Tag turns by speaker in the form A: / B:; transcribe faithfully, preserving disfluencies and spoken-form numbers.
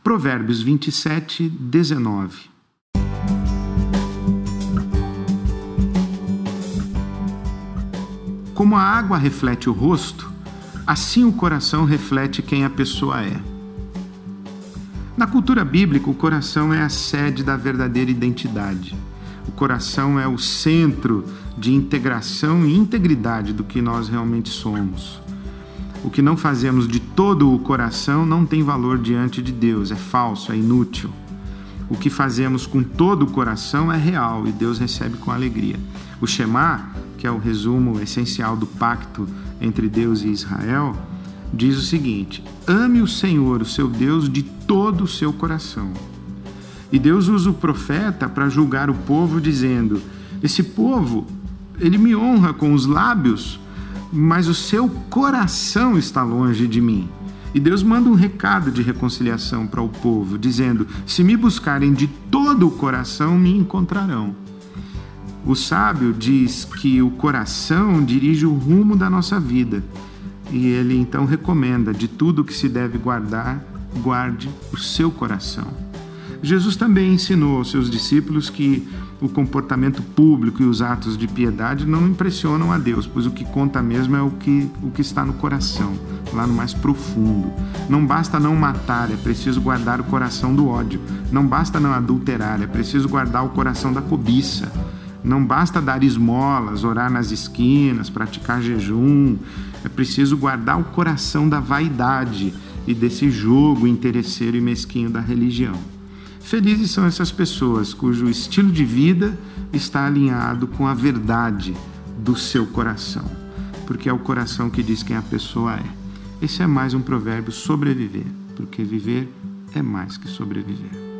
A: Provérbios vinte e sete, dezenove. Como a água reflete o rosto, assim o coração reflete quem a pessoa é. Na cultura bíblica, o coração é a sede da verdadeira identidade. O coração é o centro de integração e integridade do que nós realmente somos. O que não fazemos de todo o coração não tem valor diante de Deus, é falso, é inútil. O que fazemos com todo o coração é real e Deus recebe com alegria. O Shema, que é o resumo essencial do pacto entre Deus e Israel, diz o seguinte: ame o Senhor, o seu Deus, de todo o seu coração. E Deus usa o profeta para julgar o povo, dizendo: esse povo, ele me honra com os lábios, mas o seu coração está longe de mim. E Deus manda um recado de reconciliação para o povo, dizendo: se me buscarem de todo o coração, me encontrarão. O sábio diz que o coração dirige o rumo da nossa vida. E ele então recomenda: de tudo que se deve guardar, guarde o seu coração. Jesus também ensinou aos seus discípulos que o comportamento público e os atos de piedade não impressionam a Deus, pois o que conta mesmo é o que, o que está no coração, lá no mais profundo. Não basta não matar, é preciso guardar o coração do ódio. Não basta não adulterar, é preciso guardar o coração da cobiça. Não basta dar esmolas, orar nas esquinas, praticar jejum. É preciso guardar o coração da vaidade e desse jogo interesseiro e mesquinho da religião. Felizes são essas pessoas cujo estilo de vida está alinhado com a verdade do seu coração, porque é o coração que diz quem a pessoa é. Esse é mais um provérbio: sobreviver, porque viver é mais que sobreviver.